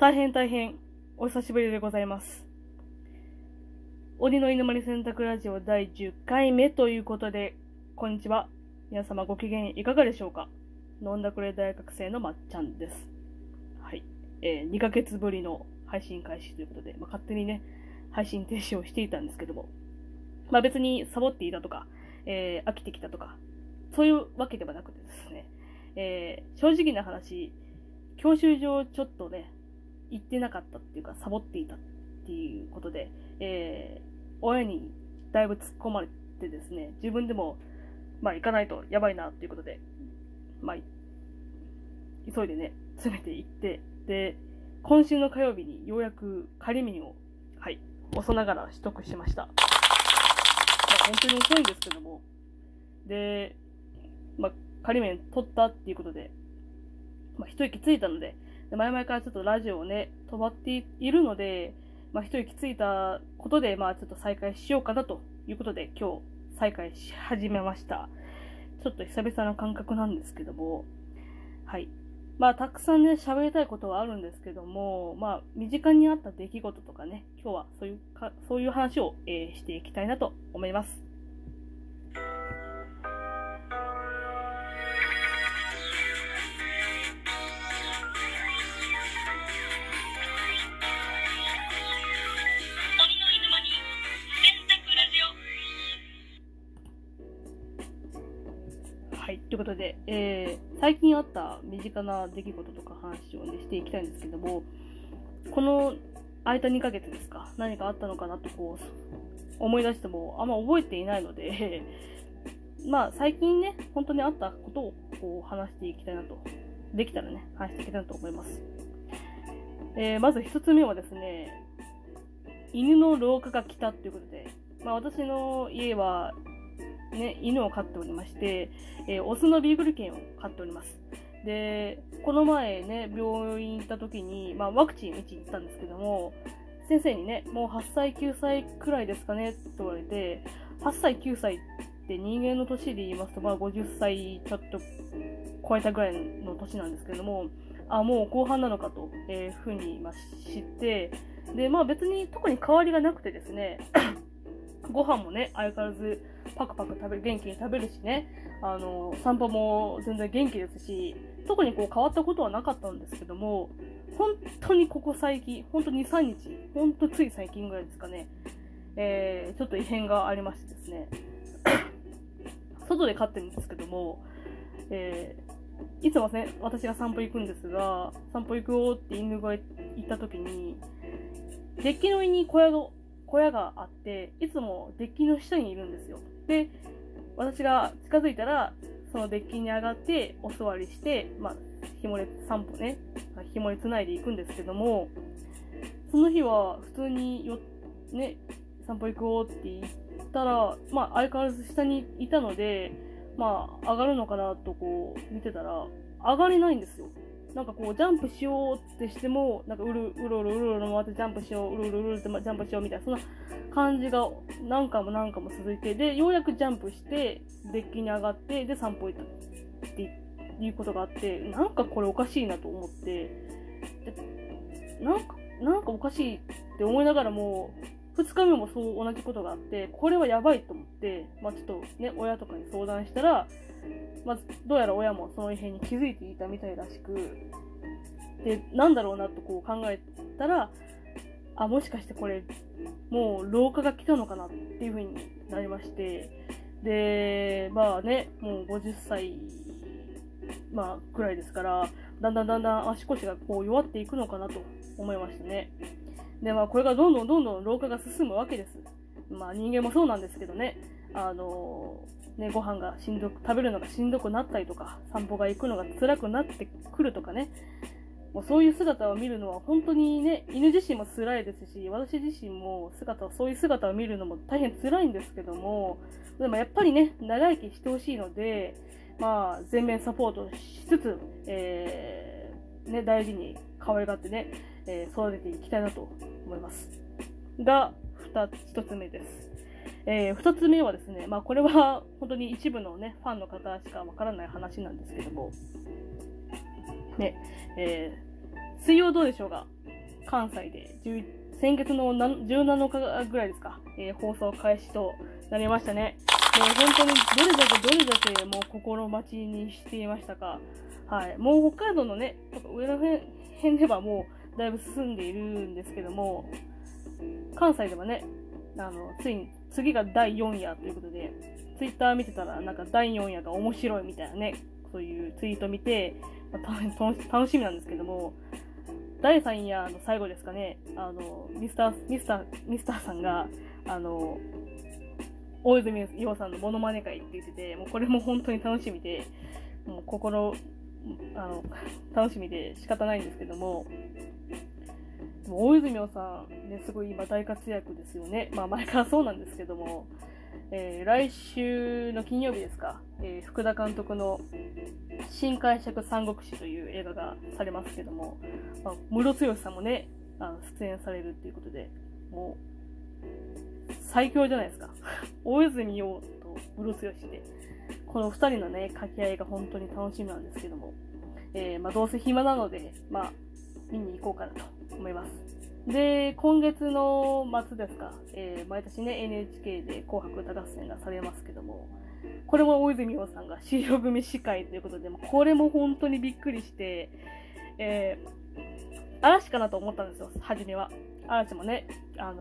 大変お久しぶりでございます。鬼の犬丸洗濯ラジオ第10回目ということで、こんにちは。皆様ご機嫌いかがでしょうか。飲んだくれ大学生のまっちゃんです。はい。2ヶ月ぶりの配信開始ということで、勝手にね、配信停止をしていたんですけども、別にサボっていたとか、飽きてきたとか、そういうわけではなくてですね、正直な話、教習所ちょっとね、行ってなかったっていうか、サボっていたっていうことで、親にだいぶ突っ込まれてですね、自分でも、行かないとやばいなっていうことで、急いでね、詰めていって、で、今週の火曜日にようやく仮免を、遅ながら取得しました。本当に遅いんですけども、で、仮免取ったっていうことで、一息ついたので、前々からちょっとラジオをね、飛ばっているので、一息ついたことで、ちょっと再開しようかなということで、今日再開し始めました。ちょっと久々の感覚なんですけども、はい。たくさんね、喋りたいことはあるんですけども、身近にあった出来事とかね、今日はそういう話を、していきたいなと思います。はい。ということで、最近あった身近な出来事とか話をね、していきたいんですけども、この空いた2ヶ月ですか、何かあったのかなと思い出してもあんま覚えていないので、最近ね、本当にあったことを話していきたいなと、できたらね、話していきたいなと思います。まず一つ目はですね、犬の老化が来たということで、私の家はね、犬を飼っておりまして、オスのビーグル犬を飼っております。で、この前ね、病院行った時に、ワクチン打ちに行ったんですけども、先生にね、もう8歳、9歳くらいですかね、と言われて、8歳、9歳って人間の年で言いますと、50歳ちょっと超えたぐらいの年なんですけども、もう後半なのかと、ふうに知って、で、別に特に変わりがなくてですね、ご飯もね、相変わらずパクパク元気に食べるしね、散歩も全然元気ですし、特に変わったことはなかったんですけども、本当にここ最近、本当2、3日、本当つい最近ぐらいですかね、ちょっと異変がありましてですね、外で飼ってるんですけども、いつもね、私が散歩行くんですが、散歩行くよって犬が行った時に、デッキの上に小屋があって、いつもデッキの下にいるんですよ。で、私が近づいたら、そのデッキに上がってお座りして、紐で散歩ね、紐で繋いでいくんですけども、その日は普通にね、散歩行こうって言ったら、相変わらず下にいたので、上がるのかなと見てたら、上がれないんですよ。ジャンプしようってしても、うろうろ回ってジャンプしよう、うろうろってジャンプしようみたいな、そんな感じが何回も続いて、で、ようやくジャンプして、デッキに上がって、で、散歩行ったっていうことがあって、これおかしいなと思って、でなんかおかしいって思いながらも、2日目もそう同じことがあって、これはやばいと思って、ちょっとね、親とかに相談したら、どうやら親もその異変に気づいていたみたいらしく、で、なんだろうなと考えたら、もしかしてこれ、もう老化が来たのかなっていう風になりまして、で、もう50歳、くらいですから、だんだん足腰が弱っていくのかなと思いましたね。で、これがどんどん老化が進むわけです。人間もそうなんですけどね、ご飯が食べるのがしんどくなったりとか、散歩が行くのが辛くなってくるとかね、もうそういう姿を見るのは本当にね、犬自身も辛いですし、私自身もそういう姿を見るのも大変辛いんですけども、でもやっぱりね、長生きしてほしいので、全面サポートしつつ、大事に可愛がってね、育てていきたいなと思います。が、一つ目です。二つ目はですね、これは本当に一部のね、ファンの方しかわからない話なんですけども、ね、水曜どうでしょうが、 関西で先月の17日ぐらいですか、放送開始となりましたね。もう本当にどれだけもう心待ちにしていましたか。はい。もう北海道のね、上の辺ではもうだいぶ進んでいるんですけども、関西ではね、ついに次が第4夜ということで、ツイッター見てたらなんか第4夜が面白いみたいなね、そういうツイート見て、楽しみなんですけども、第3夜の最後ですかね、ミスターさんが、大泉洋さんのモノマネ会って言ってて、もうこれも本当に楽しみで、もう楽しみで仕方ないんですけども、大泉洋さんね、すごい今大活躍ですよね。まあ前からそうなんですけども、来週の金曜日ですか、福田監督の新解釈三国志という映画がされますけども、ムロツヨシさんもね、出演されるっていうことで、もう、最強じゃないですか。大泉洋とムロツヨシで、この二人のね、掛け合いが本当に楽しみなんですけども、どうせ暇なので、見に行こうかなと思います。で、今月の末ですか、毎年ね、NHK で紅白歌合戦がされますけども、これも大泉洋さんが白組司会ということで、これも本当にびっくりして、嵐かなと思ったんですよ、初めは。嵐もね、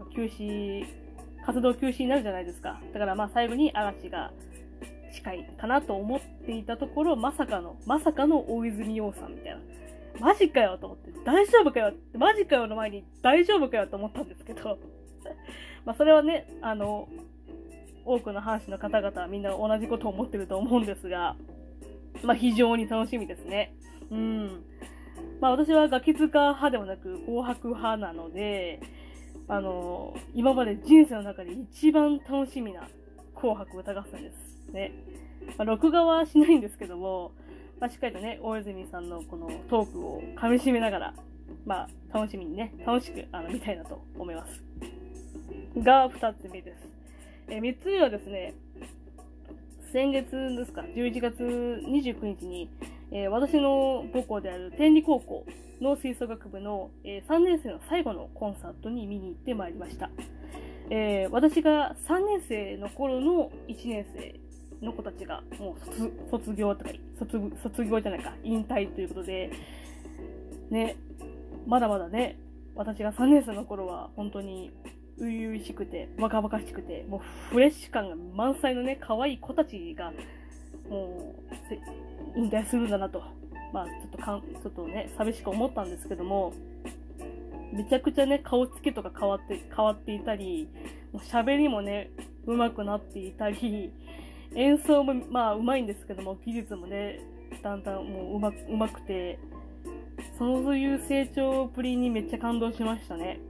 活動休止になるじゃないですか。だから最後に嵐が司会かなと思っていたところ、まさかの大泉洋さんみたいな。マジかよと思って、大丈夫かよマジかよの前に大丈夫かよと思ったんですけど、それはね、多くの阪神の方々はみんな同じことを思ってると思うんですが、非常に楽しみですね。私はガキ使派ではなく紅白派なので、今まで人生の中で一番楽しみな紅白歌合戦ですね。録画はしないんですけども、しっかりとね、大泉さんのこのトークを噛み締めながら、楽しく見たいなと思います。が、2つ目です。3つ目はですね、先月ですか、11月29日に、私の母校である天理高校の吹奏楽部の、3年生の最後のコンサートに見に行ってまいりました。私が3年生の頃の1年生の子たちがもう卒業じゃないか、引退ということで、ね、まだまだね、私が3年生の頃は本当に初々しくて、若々しくて、もうフレッシュ感が満載のね、可愛い子たちが、もう、引退するんだなと、ちょっとね、寂しく思ったんですけども、めちゃくちゃね、顔つきとか変わっていたり、もう喋りもね、上手くなっていたり、演奏も上手いんですけども、技術もね、だんだんもう上手くて、そういう成長ぶりにめっちゃ感動しましたね。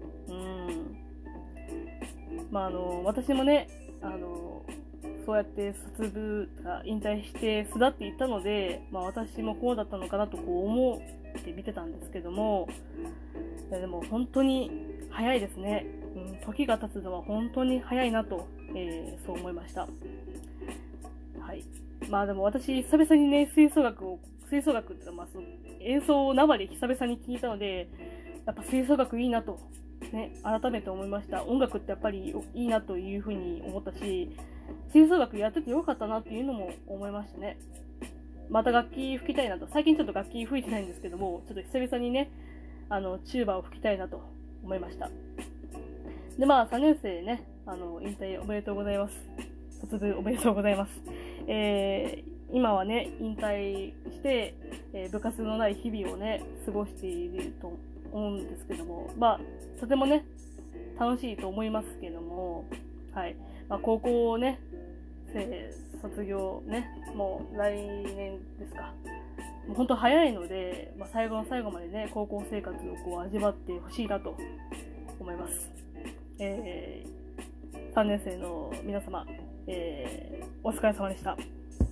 私もね、そうやって卒部が引退して巣立っていったので、私もこうだったのかなと思って見てたんですけども、でも本当に早いですね。時が経つのは本当に早いなと、そう思いました。はい。でも私、久々にね、吹奏楽っていうか、演奏を生で久々に聞いたので、やっぱ吹奏楽いいなと、ね、改めて思いました。音楽ってやっぱりいいなというふうに思ったし、吹奏楽やっててよかったなっていうのも思いましたね。また楽器吹きたいなと。最近ちょっと楽器吹いてないんですけども、ちょっと久々にね、チューバを吹きたいなと思いました。で、3年生ね、引退おめでとうございます。卒業おめでとうございます。今はね、引退して、部活のない日々をね、過ごしていると思うんですけども、とてもね、楽しいと思いますけども、はい。高校をね、卒業ね、もう来年ですか。もう本当早いので、最後の最後までね、高校生活を味わってほしいなと思います。3年生の皆様、お疲れ様でした。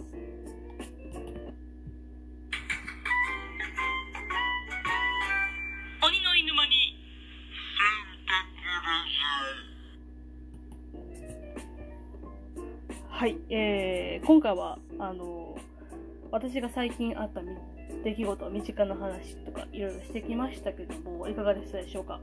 鬼の犬間にはい、今回は私が最近あった出来事、身近な話とかいろいろしてきましたけども、いかがでしたでしょうか。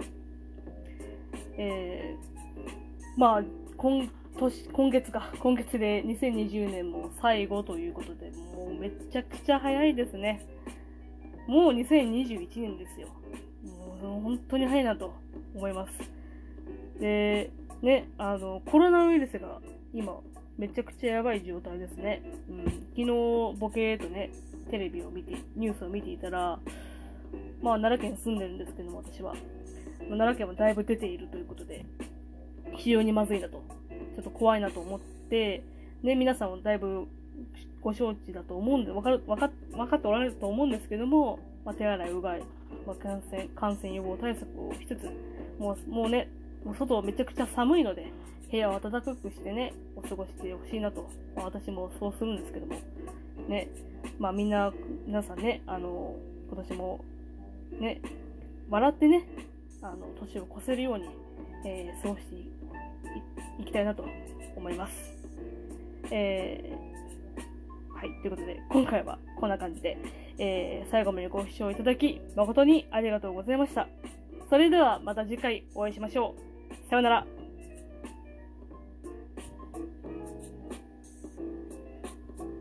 まあ今月で2020年も最後ということで、もうめちゃくちゃ早いですね。もう2021年ですよ。もう本当に早いなと思います。で、ね、コロナウイルスが今めちゃくちゃやばい状態ですね。昨日ボケーとね、テレビを見て、ニュースを見ていたら、まあ奈良県に住んでるんですけども、私は。奈良県はだいぶ出ているということで、非常にまずいなと。ちょっと怖いなと思って、ね、皆さんもだいぶご承知だと思うんで、分かっておられると思うんですけども、手洗い、うがい、感染予防対策をしつつ、もうね、外めちゃくちゃ寒いので、部屋を暖かくしてね、お過ごしてほしいなと、私もそうするんですけども、ね、皆さんね、今年もね、笑ってね、年を越せるように、過ごしていきたいなと思います。はい、ということで、今回はこんな感じで、最後までご視聴いただき、誠にありがとうございました。それではまた次回お会いしましょう。さようなら。